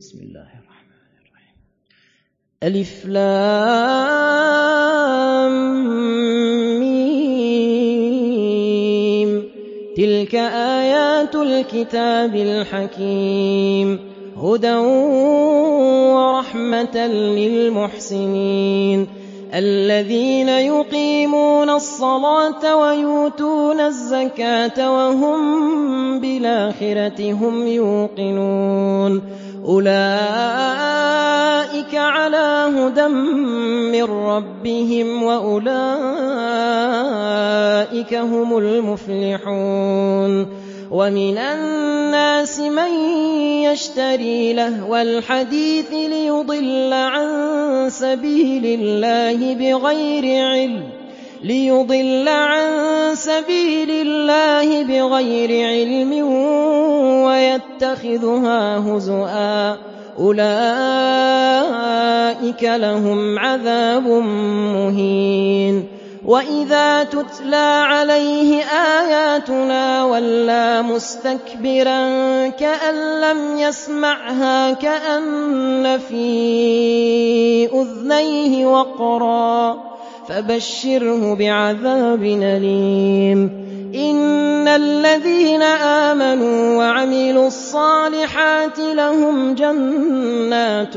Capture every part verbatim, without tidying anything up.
بسم الله الرحمن الرحيم. ألف لام ميم. تلك آيات الكتاب الحكيم هدى ورحمة للمحسنين الذين يقيمون الصلاة ويؤتون الزكاة وهم بالآخرة هم يوقنون أولئك على هدى من ربهم وأولئك هم المفلحون. ومن الناس من يشتري لهو الحديث ليضل عن سبيل الله بغير علم ليضل عن سبيل الله بغير علم ويتخذها هزؤا أولئك لهم عذاب مهين. وإذا تتلى عليه آياتنا ولى مستكبرا كأن لم يسمعها كأن في أذنيه وقرا فبشره بعذاب أليم. إن الذين آمنوا وعملوا الصالحات لهم جنات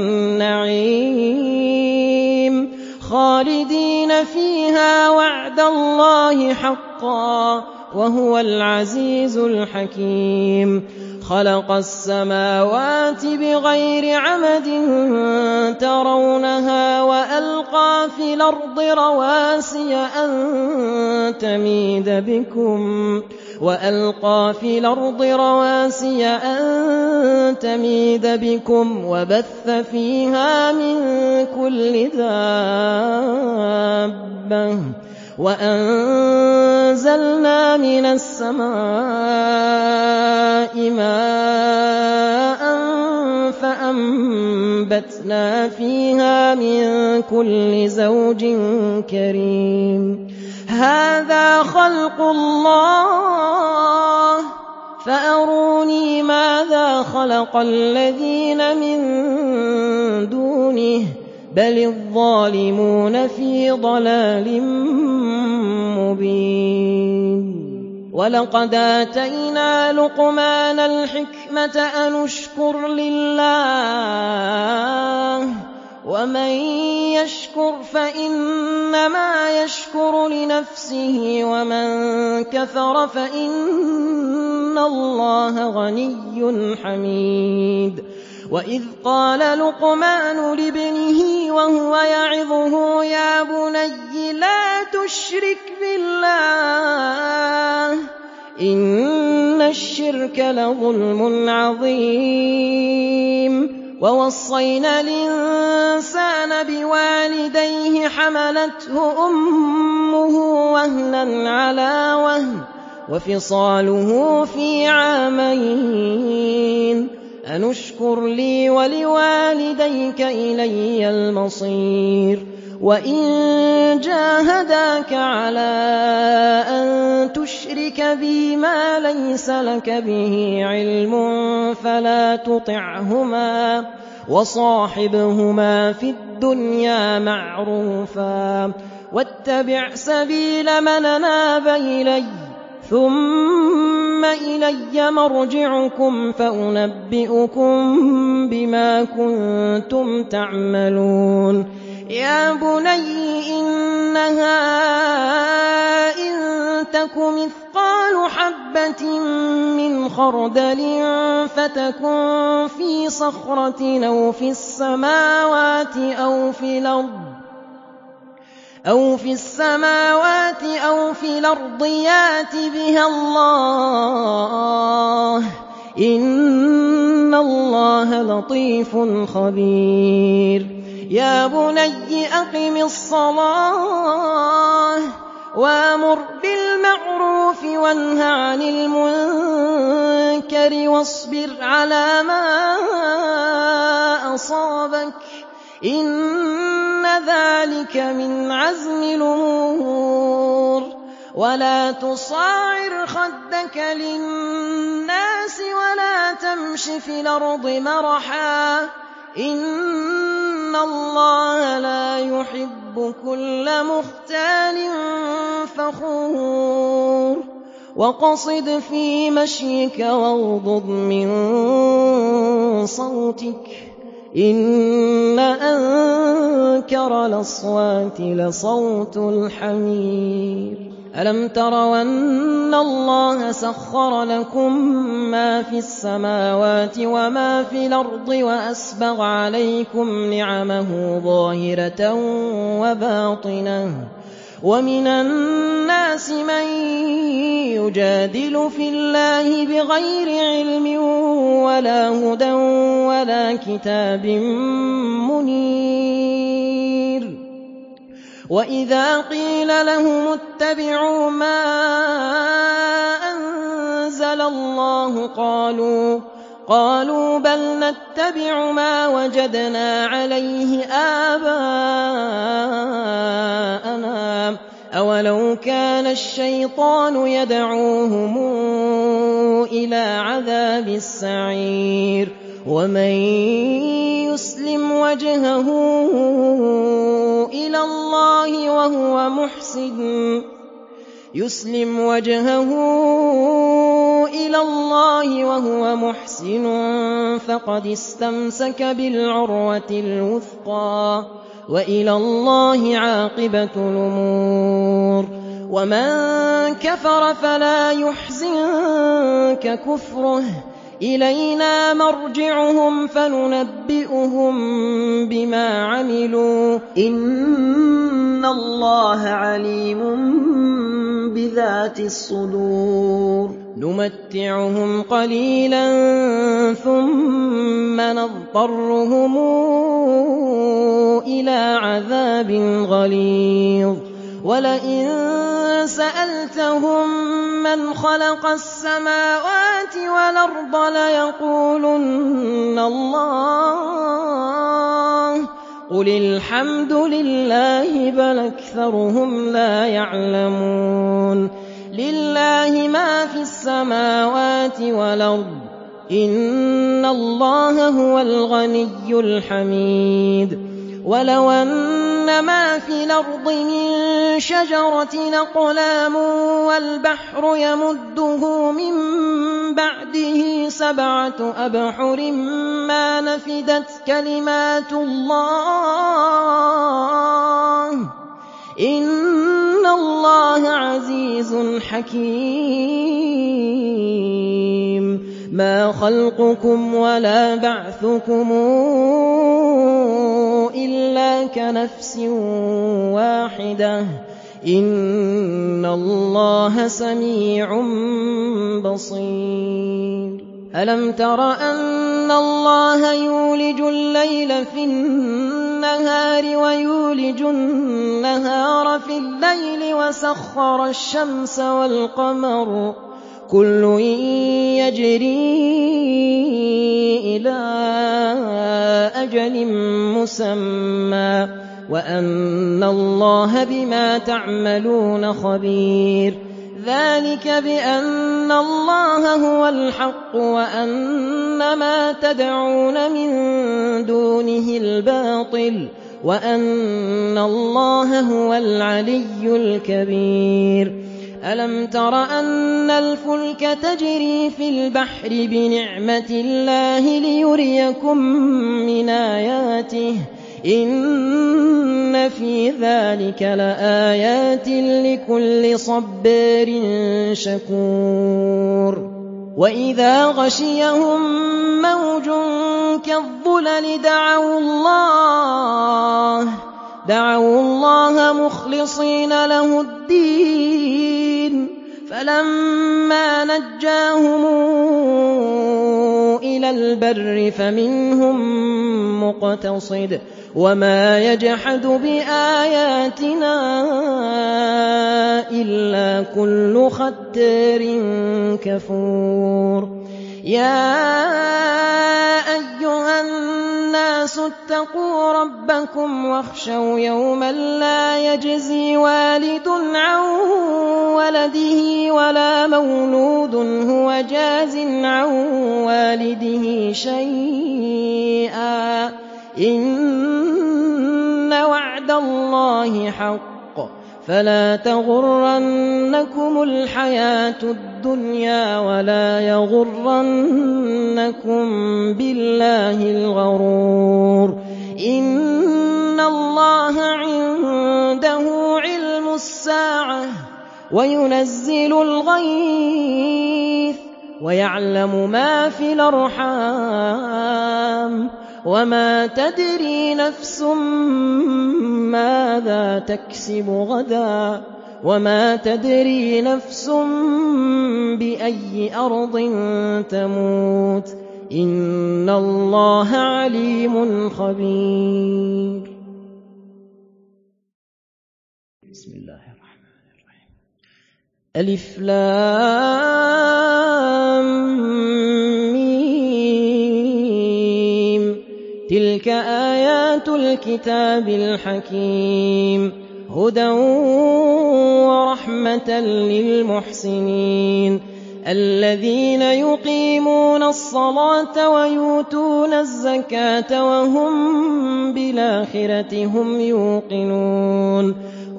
النعيم خالدين فيها وعد الله حقا وهو العزيز الحكيم. خلق السماوات بغير عمد ترونها وألقى في الأرض رواسي أن تميد بكم وألقى في الأرض رواسي أن تميد بكم وبث فيها من كل دابة وأنزلنا من السماء ماء فأنبتنا فيها من كل زوج كريم. هذا خلق الله فأروني ماذا خلق الذين من دونه بل الظالمون في ضلال مبين. ولقد آتينا لقمان الحكمة أن اشكر لله ومن يشكر فإنما يشكر لنفسه ومن كفر فإن الله غني حميد. وإذ قال لقمان لابنه وهو يعظه يا بني لا تشرك بالله إن الشرك لظلم عظيم. ووصينا الإنسان بوالديه حملته أمه وهنا على وهن وفصاله في عامين أن اشكر لي ولوالديك إلي المصير. وإن جاهداك على أن تشرك بي ما ليس لك به علم فلا تطعهما وصاحبهما في الدنيا معروفا واتبع سبيل من أناب إلي ثم إلي مرجعكم فأنبئكم بما كنتم تعملون. يا بني إنها إن تك مثقال حبة من خردل فتكن في صخرة أو في السماوات أو في الأرض أو في السماوات أو في الأرض يات بها الله إن الله لطيف خبير. يا بني أقم الصلاة وأمر بالمعروف وانه عن المنكر واصبر على ما أصابك إن ذلك من عزم الأمور. ولا تصاعر خدك للناس ولا ولا تمش في الأرض مرحا إن الله لا يحب كل مختال فخور وقصد في مشيك واغضض من صوتك إن أنكر الأصوات لصوت الحمير ألم تروا أن الله سخر لكم ما في السماوات وما في الأرض وأسبغ عليكم نعمه ظاهرة وباطنة ومن الناس من يجادل في الله بغير علم ولا هدى ولا كتاب منير وإذا قيل لهم اتبعوا ما أنزل الله قالوا قالوا بل نتبع ما وجدنا عليه آباءنا أولو كان الشيطان يدعوهم إلى عذاب السعير ومن يسلم وجهه إلى الله وهو محسن يسلم وجهه إلى الله وهو محسن فقد استمسك بالعروة الوثقى وإلى الله عاقبة الأمور ومن كفر فلا يحزنك كفره إلينا مرجعهم فننبئهم بما عملوا إن الله عليم بذات الصدور نمتعهم قليلا ثم نضطرهم إلى عذاب غليظ ولئن سألتهم من خلق السماوات والأرض ليقولن الله قل الحمد لله بل أكثرهم لا يعلمون لله ما في السماوات والأرض إن الله هو الغني الحميد ولو أن ما في الأرض من شجرة أقلام والبحر يمده من بعده سبعة أبحر ما نفدت كلمات الله إن الله عزيز حكيم ما خلقكم ولا بعثكم إلا كنفس واحدة إن الله سميع بصير ألم تر أن الله يولج الليل في النهار ويولج النهار في الليل وسخر الشمس والقمر كل يجري إلى أجل مسمى وأن الله بما تعملون خبير ذلك بأن الله هو الحق وأن ما تدعون من دونه الباطل وأن الله هو العلي الكبير ألم تر أن الفلك تجري في البحر بنعمة الله ليريكم من آياته إن في ذلك لآيات لكل صبار شكور وإذا غشيهم موج كالظلل دعوا الله دعوا الله مخلصين له الدين فلما نجاهم إلى البر فمنهم مقتصد وما يجحد بآياتنا إلا كل ختار كفور يا أيها الناس النَّاسُ اتَّقُوا رَبَّكُمْ وَاخْشَوْا يَوْمًا لَّا يَجْزِي وَالِدٌ عَن وَلَدِهِ وَلَا مَوْلُودٌ هُوَ جَازٍ عَن وَالِدِهِ شَيْئًا ۚ إِنَّ وَعْدَ اللَّهِ حَقٌّ فَلَا تَغُرَّنَّكُمُ الْحَيَاةُ الدُّنْيَا وَلَا يَغُرَّنَّكُم بِاللَّهِ الْغَرُورُ إِنَّ اللَّهَ عِندَهُ عِلْمُ السَّاعَةِ وَيُنَزِّلُ الْغَيْثَ وَيَعْلَمُ مَا فِي الْأَرْحَامِ وَمَا تَدْرِي نَفْسٌ مَّاذَا تَكْسِبُ غَدًا وَمَا تَدْرِي نَفْسٌ بِأَيِّ أَرْضٍ تَمُوتُ ۚ إِنَّ اللَّهَ عَلِيمٌ خَبِيرٌ. بسم الله الرحمن الرحيم. ألف لام ميم. تلك آيات الكتاب الحكيم، هدى ورحمة للمحسنين الذين يقيمون الصلاة ويؤتون الزكاة وهم بالآخرة هم يوقنون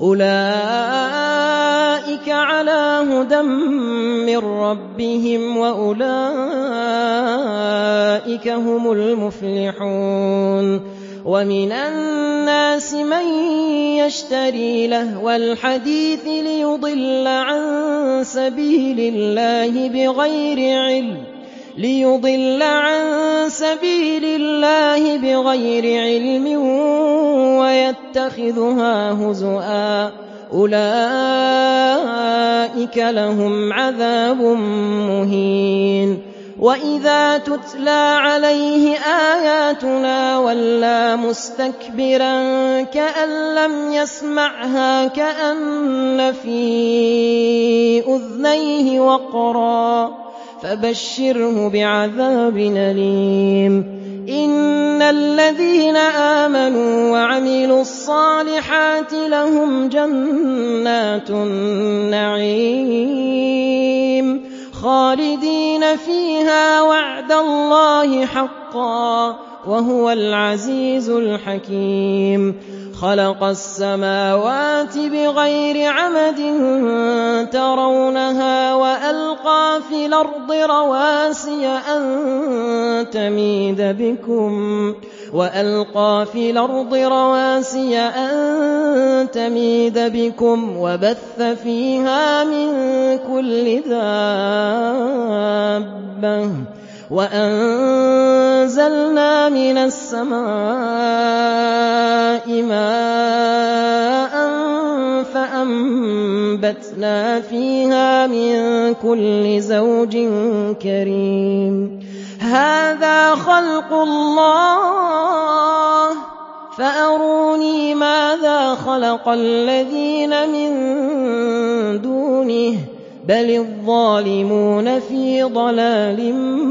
أولئك على هدى من ربهم وأولئك هم المفلحون. ومن الناس من يشتري لهو الحديث ليضل عن سبيل الله بغير علم ليضل عن سبيل الله بغير علم ويتخذها هزؤا، أولئك لهم عذاب مهين. وَإِذَا تُتْلَىٰ عَلَيْهِ آيَاتُنَا وَلَّىٰ مُسْتَكْبِرًا كَأَن لَّمْ يَسْمَعْهَا كَأَنَّ فِي أُذُنَيْهِ وَقْرًا، فَبَشِّرْهُ بِعَذَابٍ أَلِيمٍ. إِنَّ الَّذِينَ آمَنُوا وَعَمِلُوا الصَّالِحَاتِ لَهُمْ جَنَّاتُ النَّعِيمِ خَالِدِينَ فِيهَا، وَعْدَ اللَّهِ حَقًّا، وَهُوَ الْعَزِيزُ الْحَكِيمُ. خَلَقَ السَّمَاوَاتِ بِغَيْرِ عَمَدٍ تَرَوْنَهَا وَأَلْقَىٰ فِي الْأَرْضِ رَوَاسِيَ أَن تَمِيدَ بِكُمْ وَأَلْقَىٰ فِي الْأَرْضِ رَوَاسِيَ أَن تَمِيدَ بِكُمْ وَبَثَّ فِيهَا مِن كُلِّ دَابَّةٍ وَأَنزَلْنَا مِنَ السَّمَاءِ مَاءً فَأَنبَتْنَا فِيهَا مِن كُلِّ زَوْجٍ كَرِيمٍ. هَٰذَا خَلْقُ اللَّهِ فَأَرُونِي مَاذَا خَلَقَ الَّذِينَ مِن دُونِهِ بَلِ الظَّالِمُونَ فِي ضَلَالٍ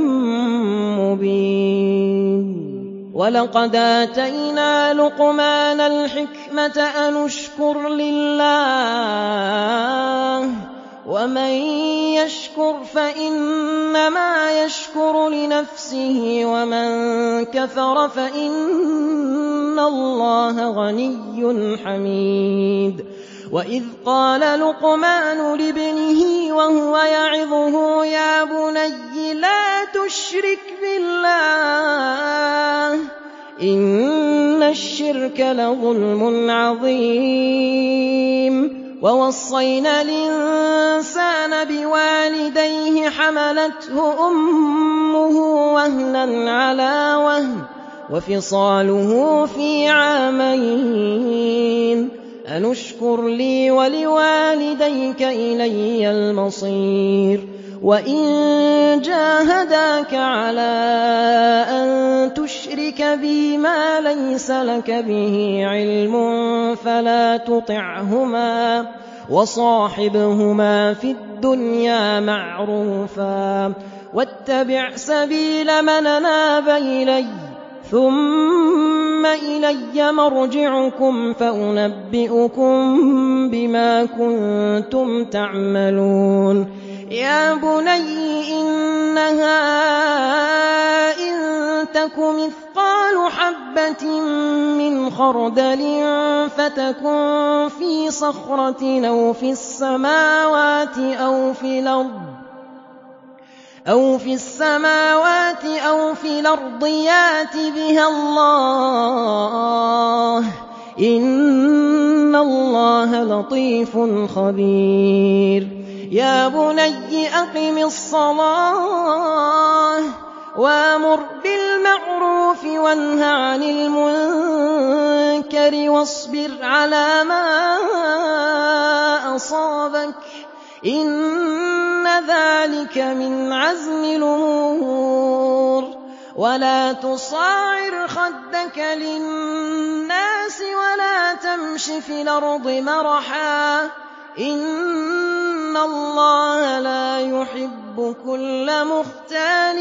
مُّبِينٍ. وَلَقَدْ آتَيْنَا لُقْمَانَ الْحِكْمَةَ أَنِ اشْكُرْ لِلَّهِ ۚ وَمَن يَشْكُرْ فَإِنَّمَا يَشْكُرُ لِنَفْسِهِ ۖ وَمَن كَفَرَ فَإِنَّ اللَّهَ غَنِيٌّ حَمِيدٌ. وَإِذْ قَالَ لُقْمَانُ لِابْنِهِ وَهُوَ يَعِظُهُ يَا بُنَيَّ لَا تُشْرِكْ بِاللَّهِ إِنَّ الشِّرْكَ لَظُلْمٌ عَظِيمٌ. وَوَصَّيْنَا الْإِنسَانَ بِوَالِدَيْهِ حَمَلَتْهُ أُمُّهُ وَهْنًا عَلَىٰ وَهْنٍ وَفِصَالُهُ فِي عَامَيْنِ أَنِ اشْكُرْ لِي وَلِوَالِدَيْكَ إِلَيَّ الْمَصِيرُ. وَإِن جَاهَدَاكَ عَلَىٰ أَن تُشْرِكَ بِي مَا لَيْسَ لَكَ بِهِ عِلْمٌ فَلَا تُطِعْهُمَا، وَصَاحِبْهُمَا فِي الدُّنْيَا مَعْرُوفًا، وَاتَّبِعْ سَبِيلَ مَنْ أَنَابَ إِلَيَّ ثُمَّ إِلَيَّ مَرْجِعُكُمْ فَأُنَبِّئُكُم بِمَا كُنتُمْ تَعْمَلُونَ يَا بُنَيَّ إِنَّهَا إِن تَكُ مِثْقَالُ حَبَّةٍ مِّنْ خَرْدَلٍ فَتَكُن فِي صَخْرَةٍ أَوْ فِي السَّمَاوَاتِ أَوْ فِي الْأَرْضِ أَوْ فِي السَّمَاوَاتِ أَوْ فِي الْأَرْضِ يَأْتِ بِهَا اللَّهُ ۚ إِنَّ اللَّهَ لَطِيفٌ خَبِيرٌ يَا بُنَيَّ أَقِمِ الصَّلَاةَ وَأْمُرْ بِالْمَعْرُوفِ وَانْهَ عَنِ الْمُنكَرِ وَاصْبِرْ عَلَىٰ مَا أَصَابَكَ ۖ إِنَّ ذَٰلِكَ مِنْ عَزْمِ الْأُمُورِ وَلَا تُصَعِّرْ خَدَّكَ لِلنَّاسِ وَلَا تَمْشِ فِي الْأَرْضِ مَرَحًا ۖ إِنَّ اللَّهَ لَا يُحِبُّ كُلَّ مُخْتَالٍ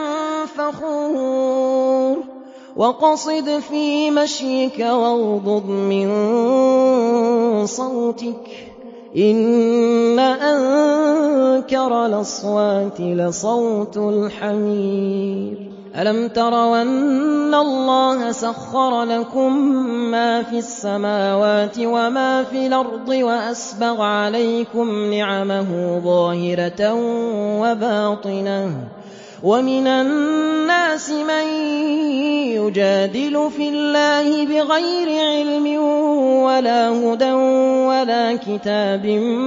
فَخُورٍ وَاقْصِدْ فِي مَشْيِكَ وَاغْضُضْ مِن صَوْتِكَ ۚ إِنَّ أَنكَرَ الْأَصْوَاتِ لَصَوْتُ الْحَمِيرِ أَلَمْ تَرَوْا أَنَّ اللَّهَ سَخَّرَ لَكُم مَّا فِي السَّمَاوَاتِ وَمَا فِي الْأَرْضِ وَأَسْبَغَ عَلَيْكُمْ نِعَمَهُ ظَاهِرَةً وَبَاطِنَةً ۗ وَمِنَ النَّاسِ مَن يُجَادِلُ فِي اللَّهِ بِغَيْرِ عِلْمٍ وَلَا هُدًى وَلَا كِتَابٍ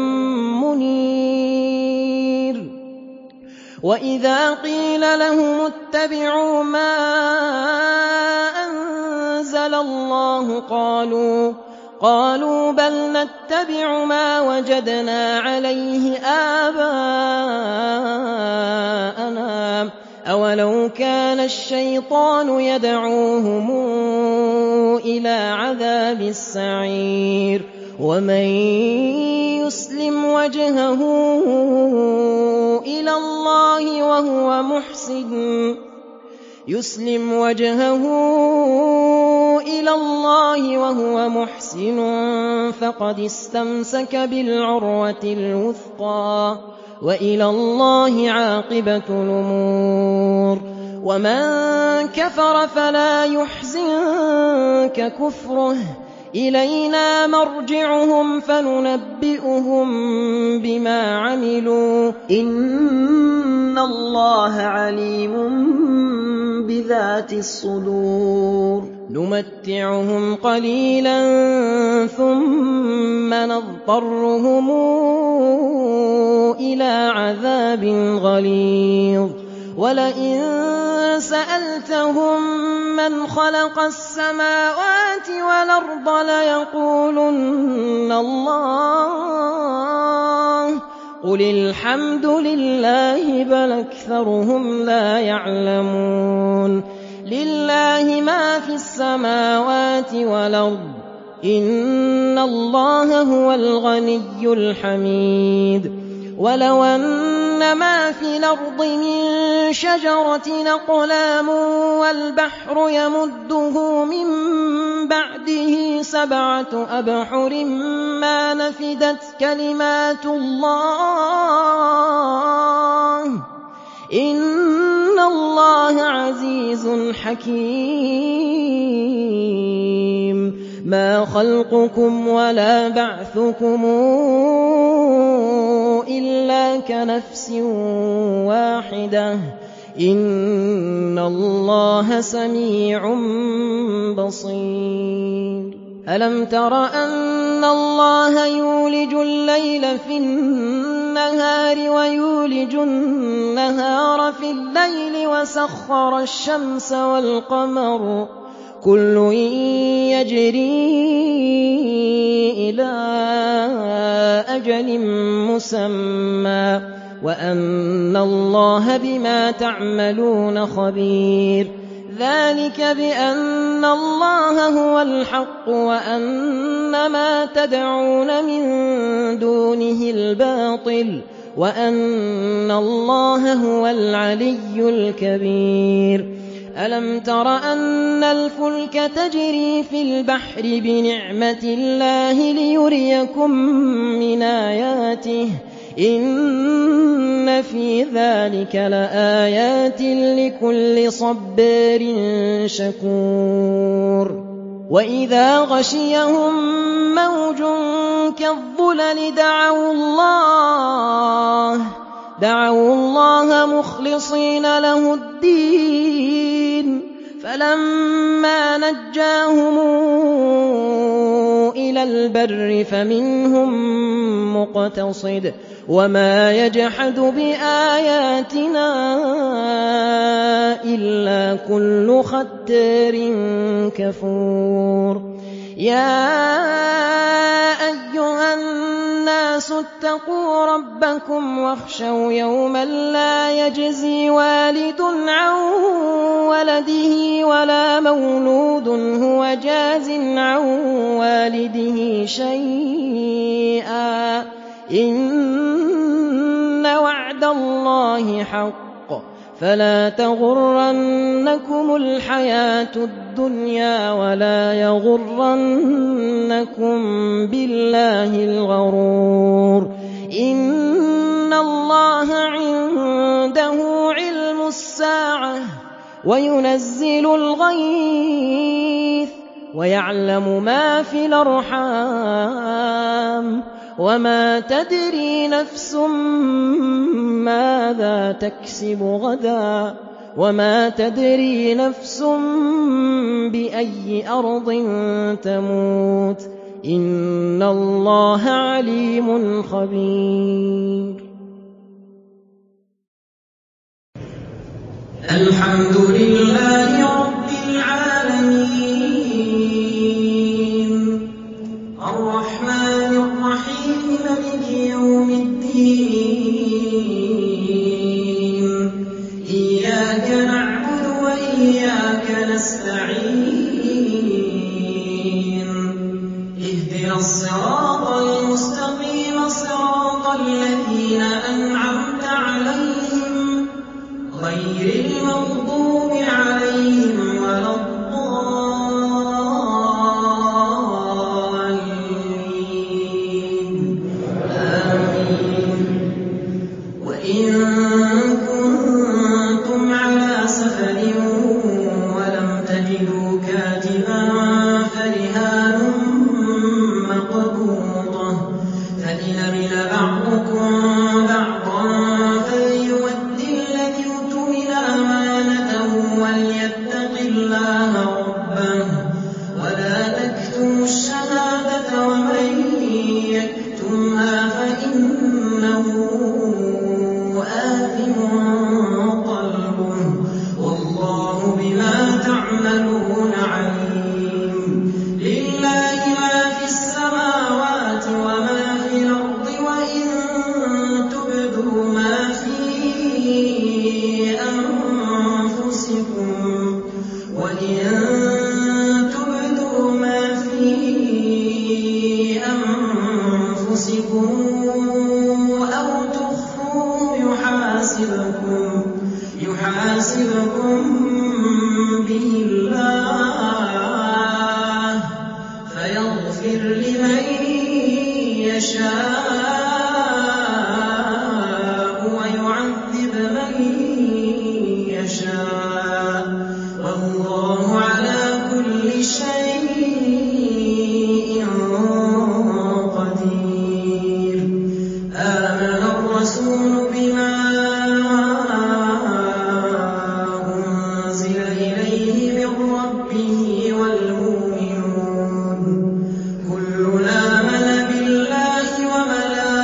مُّنِيرٍ وَإِذَا قِيلَ لَهُمُ اتَّبِعُوا مَا أَنزَلَ اللَّهُ قَالُوا قَالُوا بَلْ نَتَّبِعُ مَا وَجَدْنَا عَلَيْهِ آبَاءَنَا ۚ أَوَلَوْ كَانَ الشَّيْطَانُ يَدْعُوهُمْ إِلَىٰ عَذَابِ السَّعِيرِ وَمَن يُسْلِمْ وَجْهَهُ إِلَى اللَّهِ وَهُوَ مُحْسِنٌ يُسْلِمْ وَجْهَهُ إِلَى اللَّهِ وَهُوَ مُحْسِنٌ فَقَدِ اسْتَمْسَكَ بِالْعُرْوَةِ الْوُثْقَىٰ وَإِلَى اللَّهِ عَاقِبَةُ الْأُمُورِ وَمَن كَفَرَ فَلَا يُحْزِنكَ كُفْرُهُ إِلَيْنَا مَرْجِعُهُمْ فَنُنَبِّئُهُم بِمَا عَمِلُوا ۚ إِنَّ اللَّهَ عَلِيمٌ بِذَاتِ الصُّدُورِ نُمَتِّعُهُمْ قَلِيلًا ثُمَّ نَضْطَرُّهُمْ إِلَىٰ عَذَابٍ غَلِيظٍ وَلَئِن سَأَلْتَهُم مَّنْ خَلَقَ السَّمَاوَاتِ وَالْأَرْضَ لَيَقُولُنَّ اللَّهُ ۚ قُلِ الْحَمْدُ لِلَّهِ بَلْ أَكْثَرُهُمْ لَا يَعْلَمُونَ لِلَّهِ مَا فِي السَّمَاوَاتِ وَالْأَرْضِ ۚ إِنَّ اللَّهَ هُوَ الْغَنِيُّ الْحَمِيدُ وَلَوْ أَنَّ مَا فِي الْأَرْضِ مِن شَجَرَةٍ أَقْلَامٌ وَالْبَحْرُ يَمُدُّهُ مِن بَعْدِهِ سَبْعَةُ أَبْحُرٍ مَّا نَفِدَتْ كَلِمَاتُ اللَّهِ ۗ إِنَّ اللَّهَ عَزِيزٌ حَكِيمٌ مَا خَلْقُكُمْ وَلَا بَعْثُكُمْ إِلَّا كَنَفْسٍ وَاحِدَةٍ ۗ إِنَّ اللَّهَ سَمِيعٌ بَصِيرٌ أَلَمْ تَرَ أَنَّ اللَّهَ يُولِجُ اللَّيْلَ فِي النَّهَارِ وَيُولِجُ النَّهَارَ فِي اللَّيْلِ وَسَخَّرَ الشَّمْسَ وَالْقَمَرَ كُلٌّ يَجْرِي إِلَىٰ أَجَلٍ مُّسَمًّى وَأَنَّ اللَّهَ بِمَا تَعْمَلُونَ خَبِيرٌ ذَٰلِكَ بِأَنَّ اللَّهَ هُوَ الْحَقُّ وَأَنَّ مَا تَدْعُونَ مِن دُونِهِ الْبَاطِلُ وَأَنَّ اللَّهَ هُوَ الْعَلِيُّ الْكَبِيرُ أَلَمْ تَرَ أَنَّ الْفُلْكَ تَجْرِي فِي الْبَحْرِ بِنِعْمَتِ اللَّهِ لِيُرِيَكُم مِّنْ آيَاتِهِ ۚ إِنَّ فِي ذَٰلِكَ لَآيَاتٍ لِّكُلِّ صَبَّارٍ شَكُورٍ وَإِذَا غَشِيَهُم مَّوْجٌ كَالظُّلَلِ دَعَوُا اللَّهَ دعوا الله مخلصين له الدين فلما نجاهم إلى البر فمنهم مقتصد وما يجحد بآياتنا إلا كل ختار كفور يا أيها الناس اتقوا ربكم واخشوا يوما لا يجزي والد عن ولده ولا مولود هو جاز عن والده شيئا إن وعد الله حق فلا تغرنكم الحياة الدنيا ولا يغرنكم بالله الغرور إن الله عنده علم الساعة وينزل الغيث ويعلم ما في الأرحام وما تدري نفس ماذا تكسب غدا وما تدري نفس بأي أرض تموت إن الله عليم خبير. الحمد لله رب العالمين الرحمن الرحيم مالك يوم الدين إياك نعبد وإياك نستعين اهدنا الصراط المستقيم صراط الذين أنعمت عليهم غير المغضوب عليهم ولا الضالين آمين. وإن كنتم على سفر ولم تجدوا كاتبا فرهان مقبوضة فإن أمن بعضكم بعضا فليؤدي الذي اؤتمن أمانته وليتق الله ربه ولا تكتموا الشهادة ومن يكتمها فإنه آثم قلبه والله بما تعملون عليم. لله ما في السماوات وما في الأرض وإن تبدوا ما في أنفسكم وإن تبدوا ما في أنفسكم أو تخفوه يحاسبكم يحاسبكم به الله فيغفر لمن يشاء ويعذب من يشاء والله على كل شيء قدير. آمن الرسول بما أنزل إليه من ربه والمؤمنون كل آمن بالله وملائكته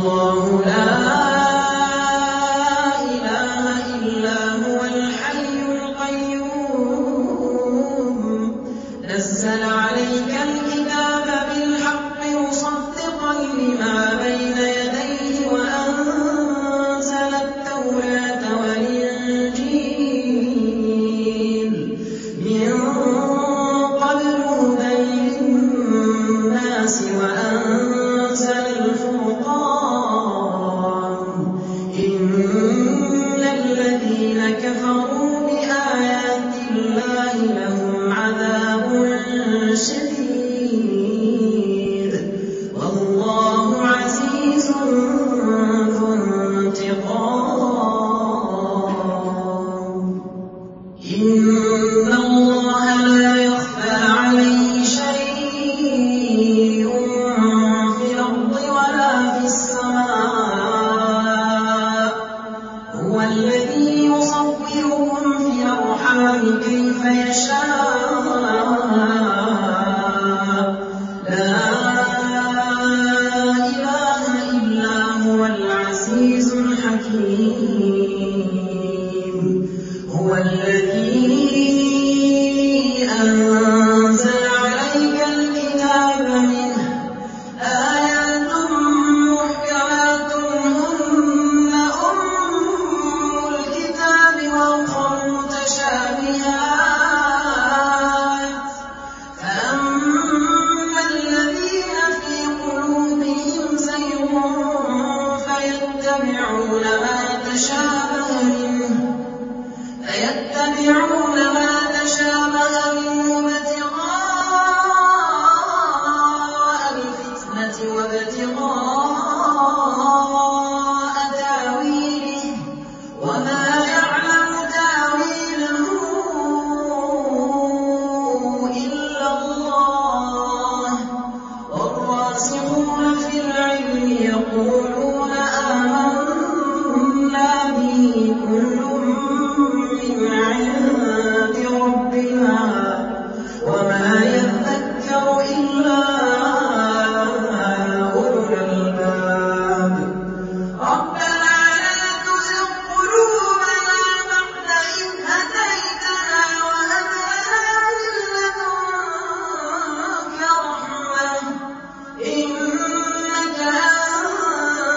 الله لا إله إلا هو الحي القيوم نزل عليك الكتاب بالحق مصدقا لما بين يديه وأنزل التوراة والإنجيل من قبل هدى للناس وأنزل الفرقان إن الذين كفروا بآيات الله لهم عذاب شديد والله عزيز ذو انتقام إن الله لا يخفى عليه شيء في الأرض ولا في السماء هو الذي يصوركم في الأرحام كيف يشاء لا إله إلا هو العزيز الحكيم هو الذي أنزل عليك الكتاب منه آيات محكمات هن أم الكتاب وأخر متشابهات فأما الذين في قلوبهم زيغ فيتبعون ما تشابه منه فيتبعون ما تشابه منه ابتغاء الفتنة وابتغاء تاويله وما يعلم تاويله إلا الله والراسخون في العلم يقولون آمنا به كل من عند ربنا وما يذكر إلا أولو الألباب ربنا لا تزغ قلوبنا بعد إذ هديتنا وهب لنا من لدنك رحمة إنك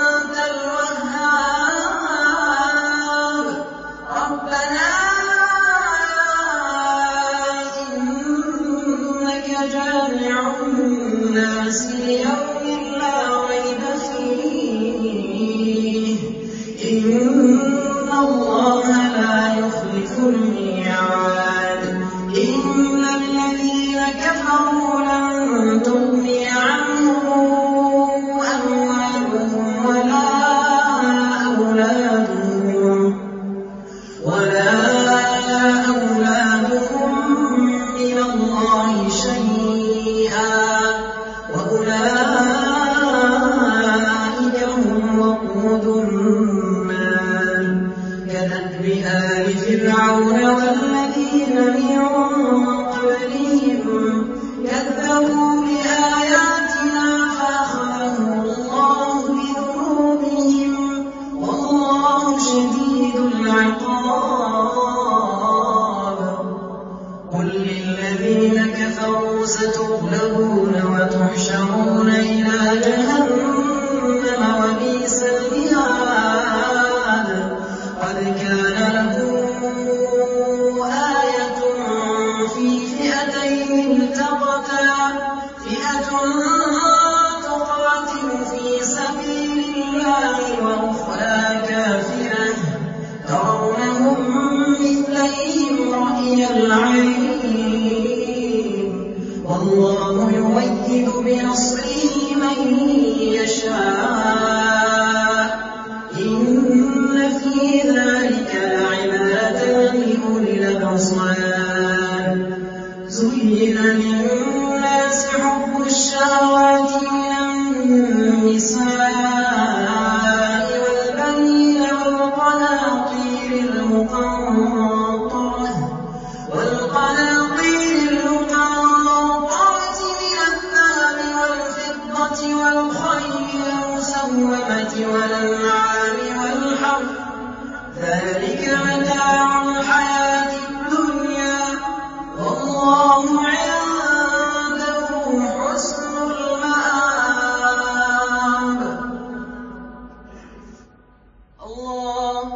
والمسومة والأنعام والحرث ذلك متاع الحياة الدنيا والله عنده حسن المآب. الله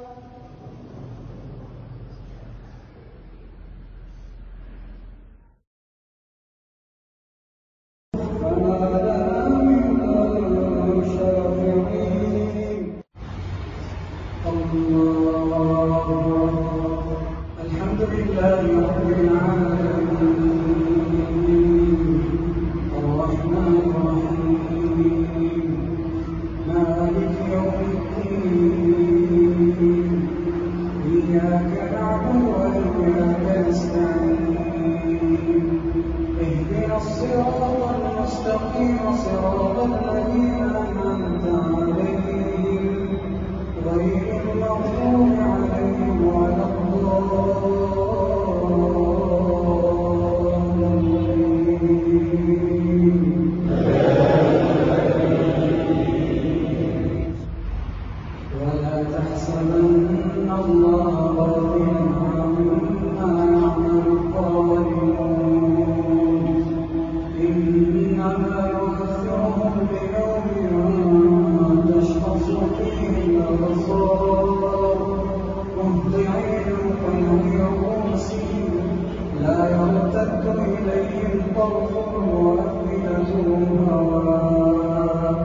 الحمد لله رب العالمين الرحمن الرحيم مالك يوم الدين إياك نعبد وإياك نستعين اهدنا الصراط المستقيم صراط الذين أنعمت عليهم غير المغضوب عليهم ولا ولا تحسبن الله غافلا عما يعمل الظالمون إنما يؤخرهم ليوم تشخص فيه الأبصار مهطعين مقنعي رؤوسهم لا يرتد إليهم طرفهم وأفئدتهم هواء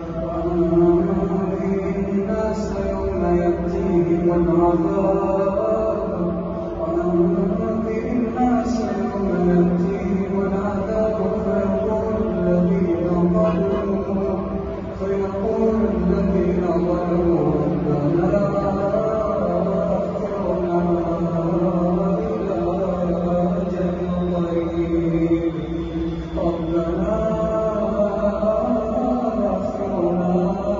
وأنذر الناس يوم يأتيهم العذاب وأنذر الناس يوم يأتيهم العذاب فيقول الذين ظلموا فيقول الذين ظلموا ربنا أخرنا إلى أجل قريب ربنا أخرنا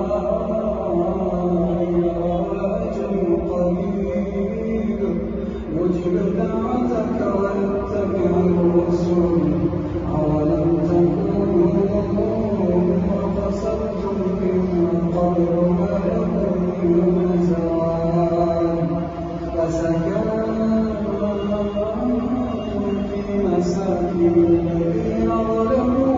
إلى أجل قريب نجب دعوتك ونتبع الرسل أولم تكونوا أقسمتم من قبل ما لكم من زوال فسكنتم في مساكن الذين ظلموا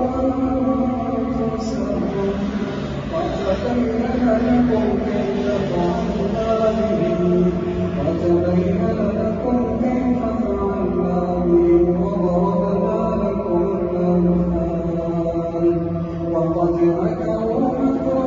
أنفسهم وتبين لكم كيف فعلنا بهم وتبين لكم كيف فعلنا بهم وضربنا لكم الأمثال وقد مكروا مكرا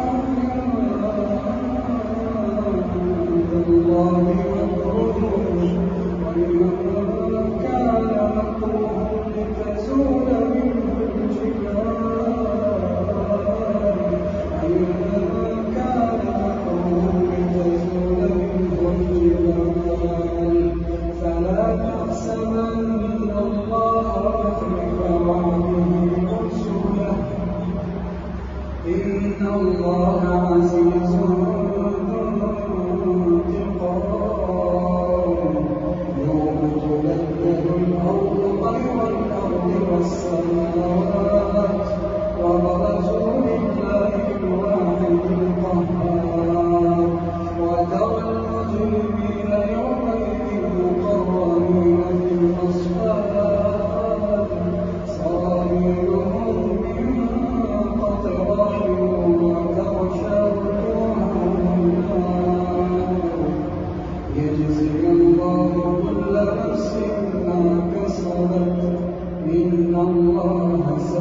عند الله مكرهم وإن كان مكرهم لتزول منه الجبال وإن كان مكرهم لتزول منه الجبال فلا تحسبن الله مخلف وعده رسله إن الله عزيز ذو انتقام يوم تبدل الأرض غير الأرض والسماوات وبرزوا لله الواحد القهار وترى المجرمين يومئذ مقرنين في الأصفاد سرابيلهم من قطران وتغشى وجوههم النار يجزي الله كل نفس ما كسبت إن الله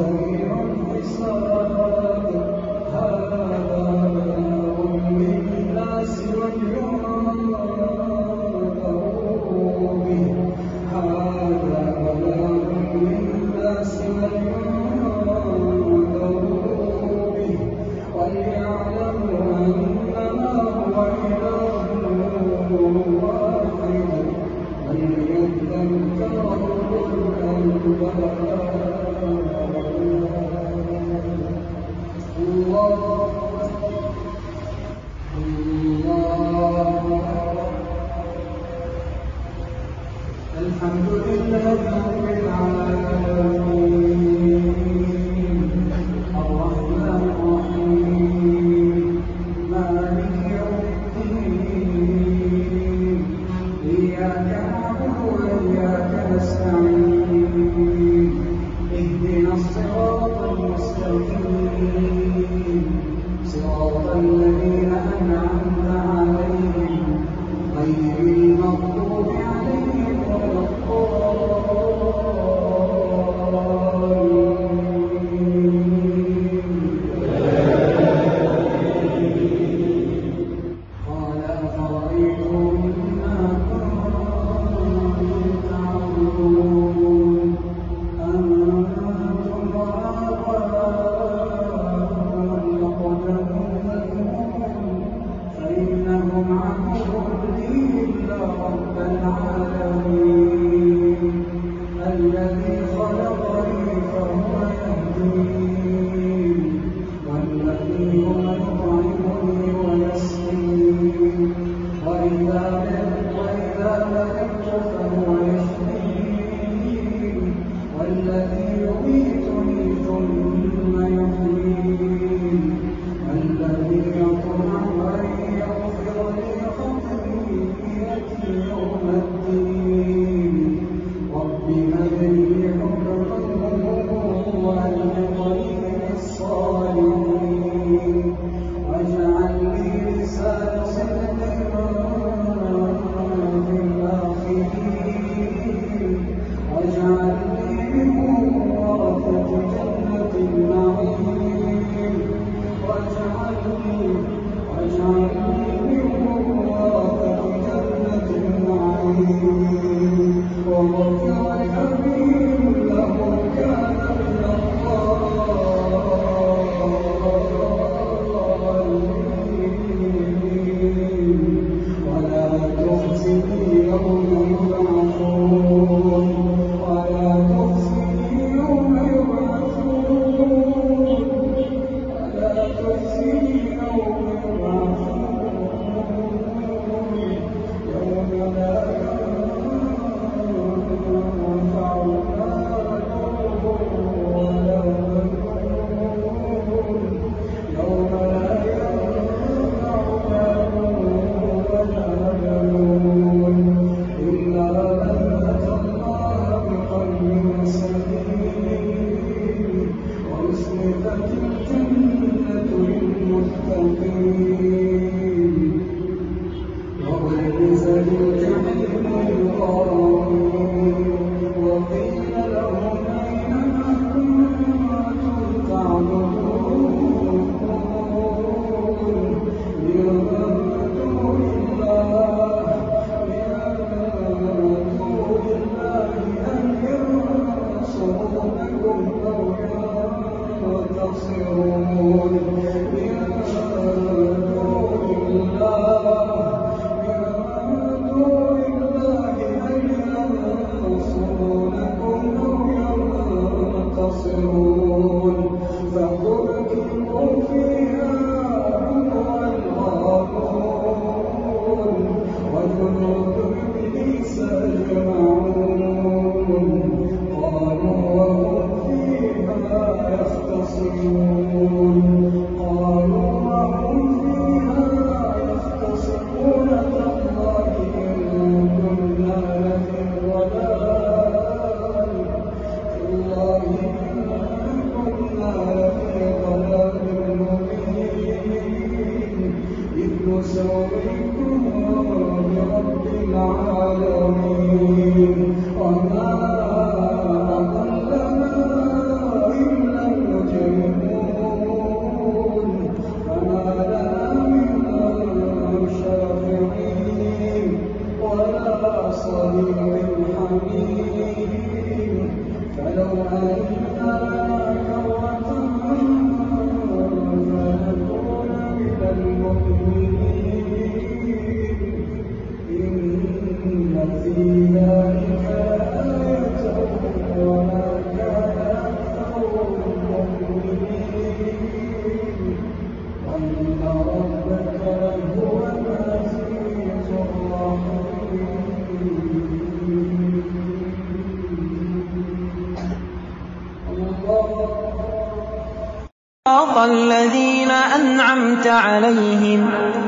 الذين أنعمت عليهم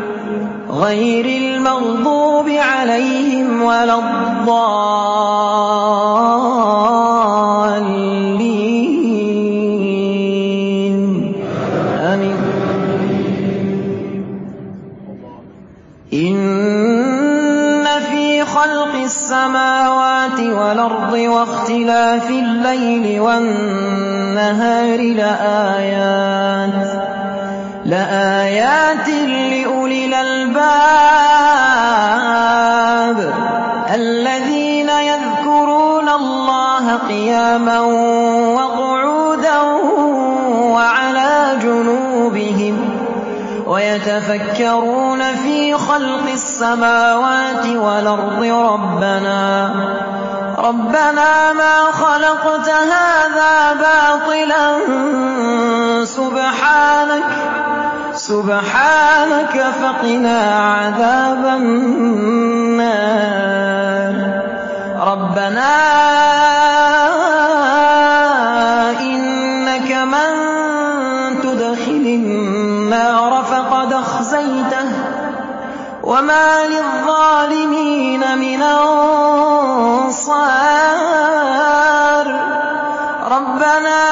غير المغضوب عليهم ولا الضالين آمين. إن في خلق السماوات والأرض واختلاف الليل والنهار لآيات لآيات لأولي الألباب الذين يذكرون الله قياما وقعودا وعلى جنوبهم ويتفكرون في خلق السماوات والأرض ربنا ربنا ما خلقت هذا باطلا سبحانك سبحانك فقنا عذاب النار ربنا إنك من تدخل النار فقد أخزيته وما للظالمين من أنصار ربنا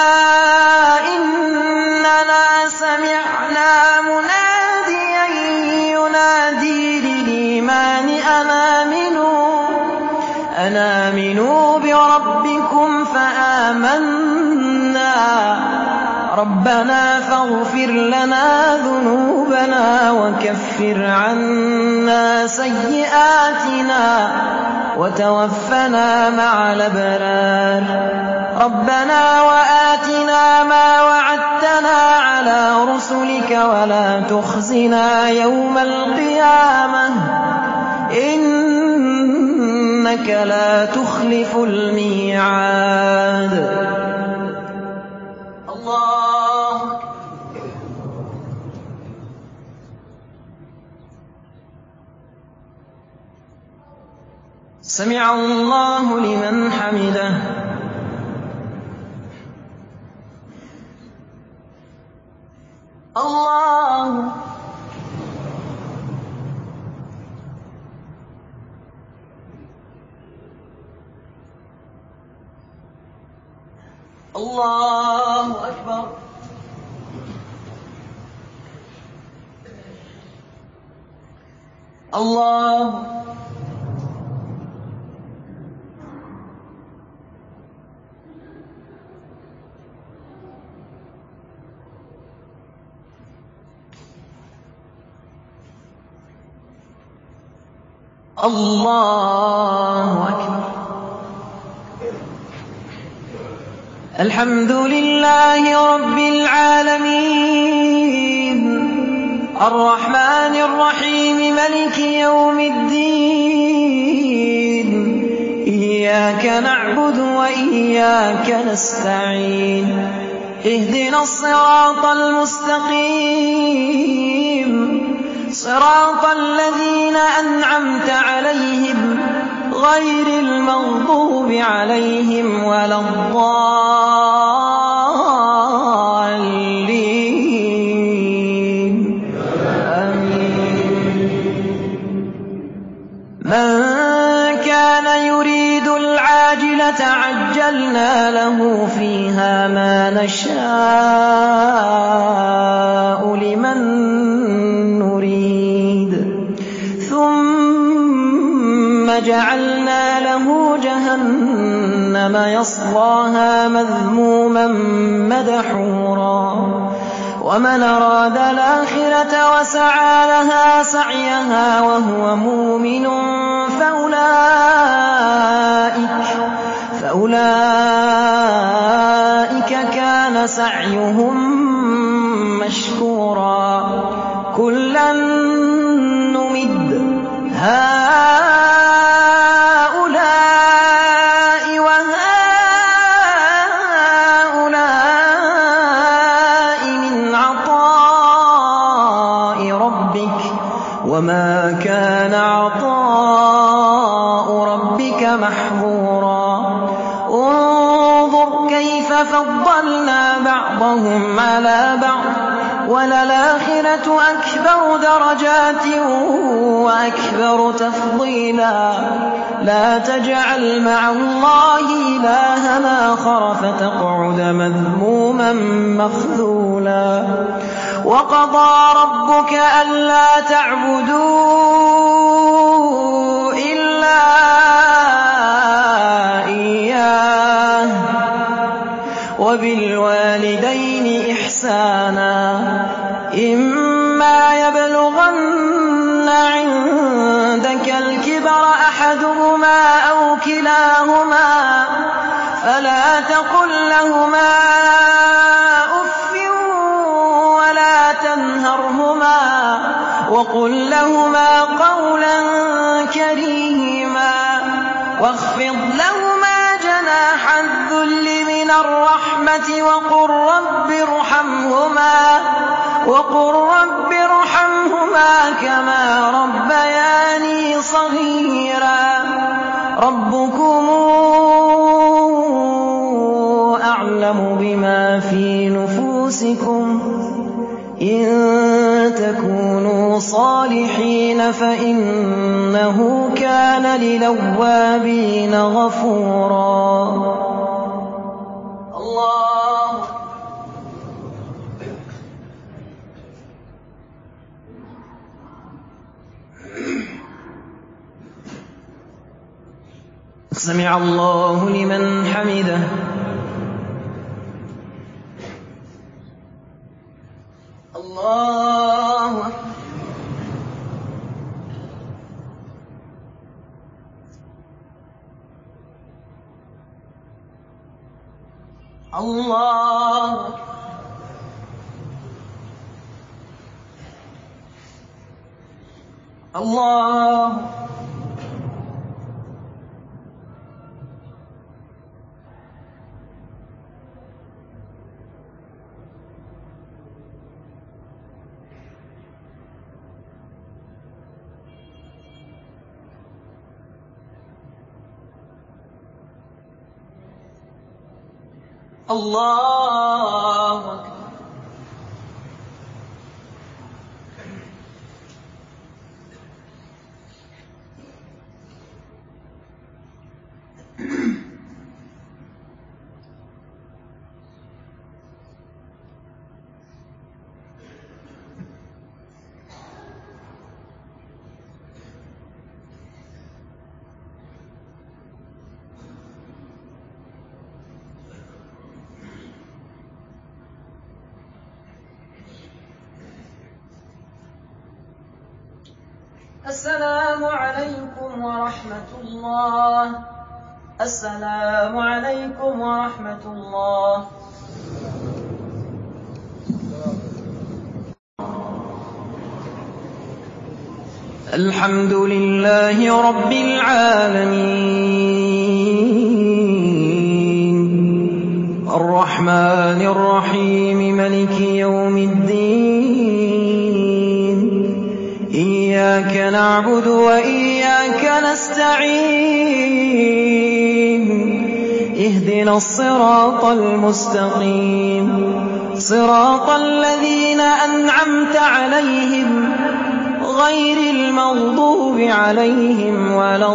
إننا سمعنا مناديا ينادي للإيمان أن آمنوا بربكم فآمنا ربنا فاغفر لنا ذنوبنا وكفر عنا سيئاتنا وتوفنا مع الأبرار ربنا وآتنا ما وعدتنا على رسلك ولا تخزنا يوم القيامة إنك لا تخلف الميعاد. الله سمع الله لمن حمده. الله الله أكبر. الله الله أكبر. الحمد لله رب العالمين الرحمن الرحيم ملك يوم الدين إياك نعبد وإياك نستعين اهدنا الصراط المستقيم صراط الذين أنعمت عليهم غير المغضوب عليهم ولا الضالين آمين. من كان يريد العاجلة عجلنا له فيها ما نشاء لمن نريد ثم جعلنا له جهنم يصلاها مذموما مدحورا ومن أراد الآخرة وسعى لها سعيها وهو مؤمن فأولئك, فأولئك كان سعيهم مشكورا كلا نمد هؤلاء وهؤلاء من عطاء ربك وما كان عطاء ربك محظورا انظر كيف فضلنا بعضهم على بعض وللآخرة أكبر درجات وأكبر تفضيلا لا تجعل مع الله إلهًا آخر فتقعد مذموما مخذولا وقضى ربك ألا تعبدوا إلا إياه وبالوالدين إحسانا إما يبلغن عندك الكبر أحدهما أو كلاهما فلا تقل لهما أف ولا تنهرهما وقل لهما قولا كريما واخفض لهما جناح الذل من الرحمة وقل رب ارحمهما وقل رب ارحمهما كما ربياني صغيرا ربكم أعلم بما في نفوسكم إن تكونوا صالحين رَبِّكَ فَإِنَّهُ كَانَ لِلْأَوَّابِينَ غَفُورًا الله سمع الله لمن حمده الله الله الله الله أكبر السلام عليكم ورحمة الله السلام عليكم ورحمة الله الحمد لله رب العالمين الرحمن الرحيم مالك يوم الدين إياك نعبد وإياك نستعين اهدنا الصراط المستقيم صراط الذين أنعمت عليهم غير المغضوب عليهم ولا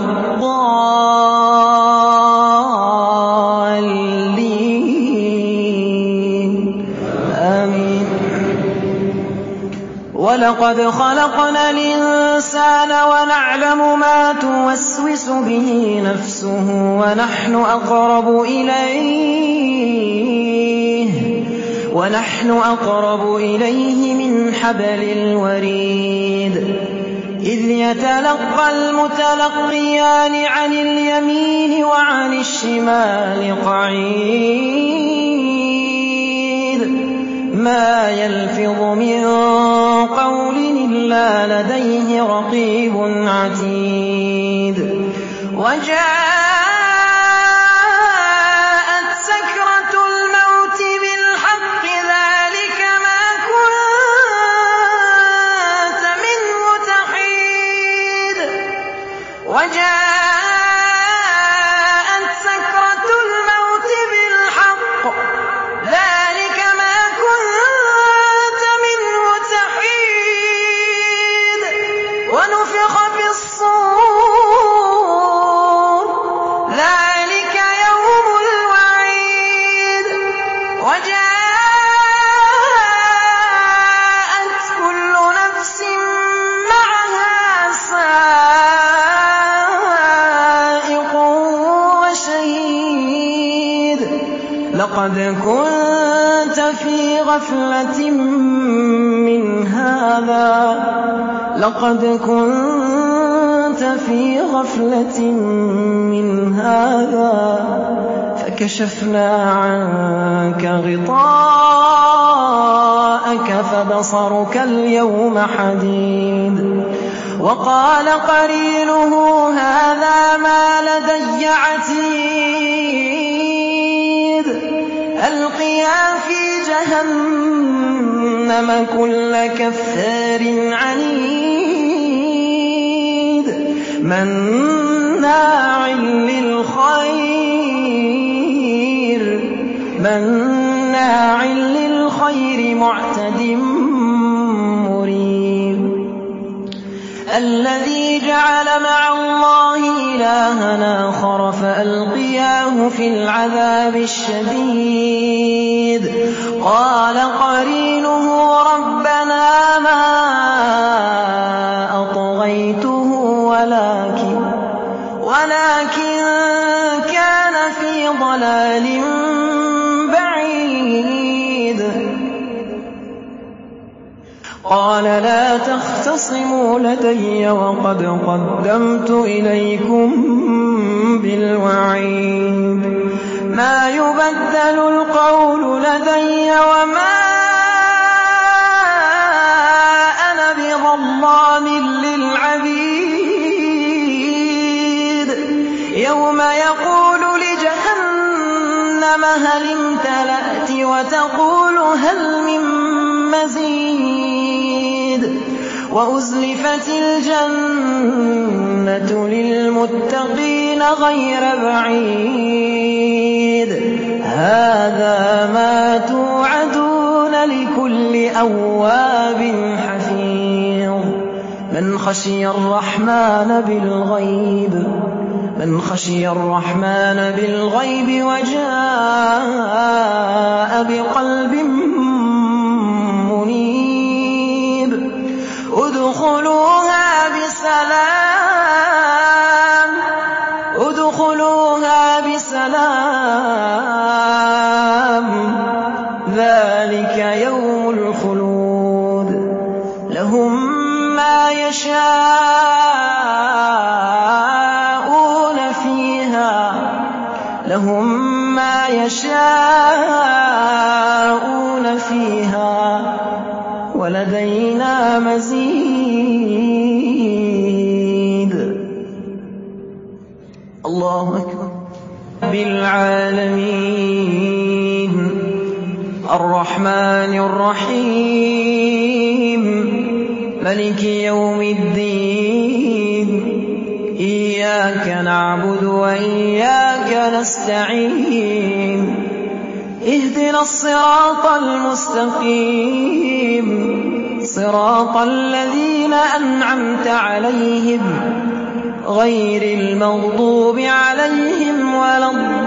الضالين آمين ولقد خلقنا الإنسان ونعلم ما توسوس به نفسه ونحن أقرب إليه ونحن أقرب إليه من حبل الوريد إذ يتلقى المتلقيان عن اليمين وعن الشمال قعيد ما يلفظ من قول إلا لديه رقيب عتيد وجاء وجاءت سكرة الموت بالحق ذلك ما كنت منه تحيد ونفخ في الصور ذلك يوم الوعيد وجاءت كل نفس معها سائق لقد كنت في غفلة من هذا لقد كنت في غفلة من هذا فكشفنا عنك غطاءك فبصرك اليوم حديد وقال قرينه هذا ما لدي عتيد ألقيا في جهنم كل كفار عنيد مناع للخير مناع للخير معتد مريب إلها آخر فألقياه في العذاب الشديد قال قرينه ربنا ما أطغيته ولكن ولكن كان في ضلال بعيد قال لا تختصموا لدي وقد قدمت إليكم بالوعيد ما يبدل القول لدي وما أنا بظلام للعبيد يوم يقول لجهنم هل امتلأت وتقول هل من مزيد وأزلفت الجنة للمتقين غير بعيد هذا ما توعدون لكل أواب حفيظ من خشي الرحمن بالغيب من خشي الرحمن بالغيب وجاء بقلب منيب ادخلوها بسلام ادخلوها بسلام ذلك يوم الخلود لهم ما يشاءون فيها لهم ما يشاءون فيها ولدينا مزيد الله أكبر بالعالمين الرحمن الرحيم ملك يوم الدين إياك نعبد وإياك نستعين اهدنا الصراط المستقيم صراط الذين أنعمت عليهم غير المغضوب عليهم ولا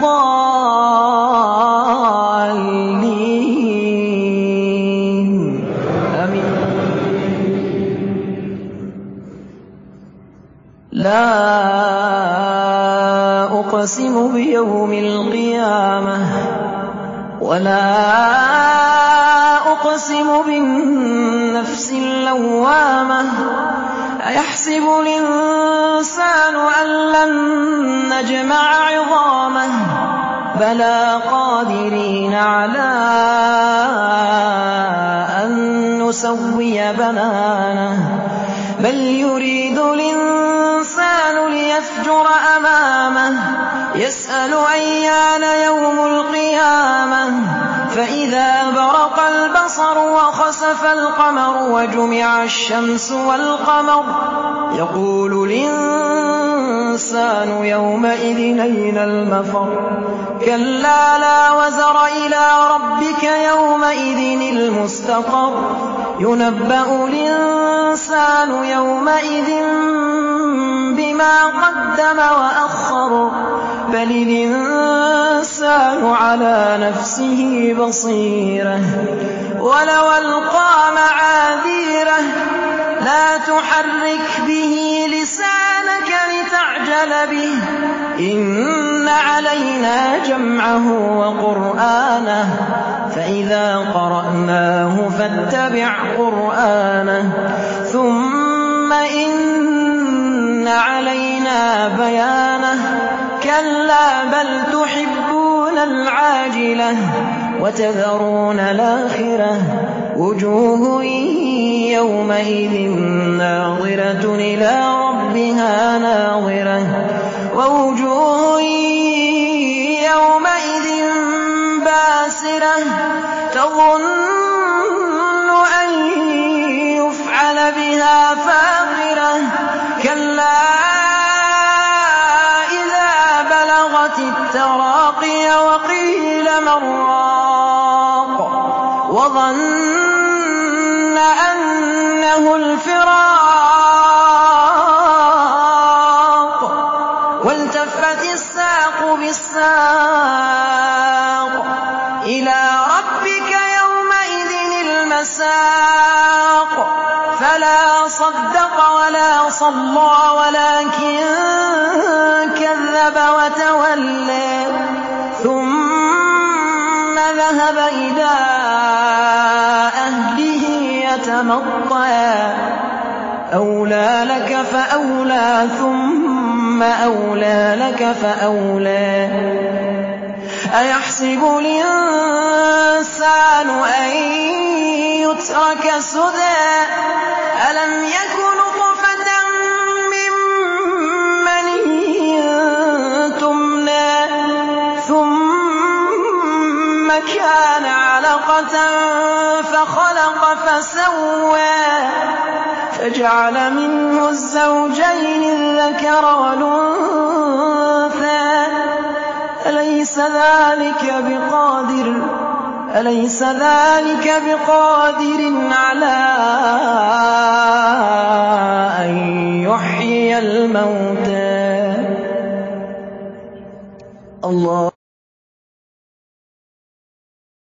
الضالين آمين لا أقسم بيوم القيامة ولا أقسم بالنفس اللوامة أيحسب الإنسان أن لن نجمع عظامه بلى قادرين على أن نسوي بنانه بل يريد الإنسان ليفجر أمامه يسأل أيان يوم القيامة فإذا برق البصر وخسف القمر وجمع الشمس والقمر يقول الإنسان يومئذ أين المفر كلا لا وزر إلى ربك يومئذ المستقر ينبأ الإنسان يومئذ بما قدم وأخر بل الإنسان على نفسه بصيرة ولو ألقى معاذيره لا تحرك به لسانك لتعجل به إن علينا جمعه وقرآنه فإذا قرأناه فاتبع قرآنه ثم إن علينا بيانه كلا بل تحبون العاجلة وتذرون الآخرة وجوه يومئذ ناظرة إلى ربها ناظرة ووجوه يومئذ باسرة تظن أن يفعل بها فاقرة كلا إذا بلغت التراقي وقيل من راق وظن أنه الفراق والتفت فلا صدق ولا صلى ولكن كذب وتولى ثم ذهب إلى أهله يتمطى أولى لك فأولى ثم أولى لك فأولى أيحسب الإنسان أن يترك سدى ألم يك نطفة من مني تمنى ثم كان علقة فخلق فسوى فجعل منه الزوجين الذكر والأنثى أليس ذلك بقادر أليس ذلك بقادر على أن يحيي الموتى الله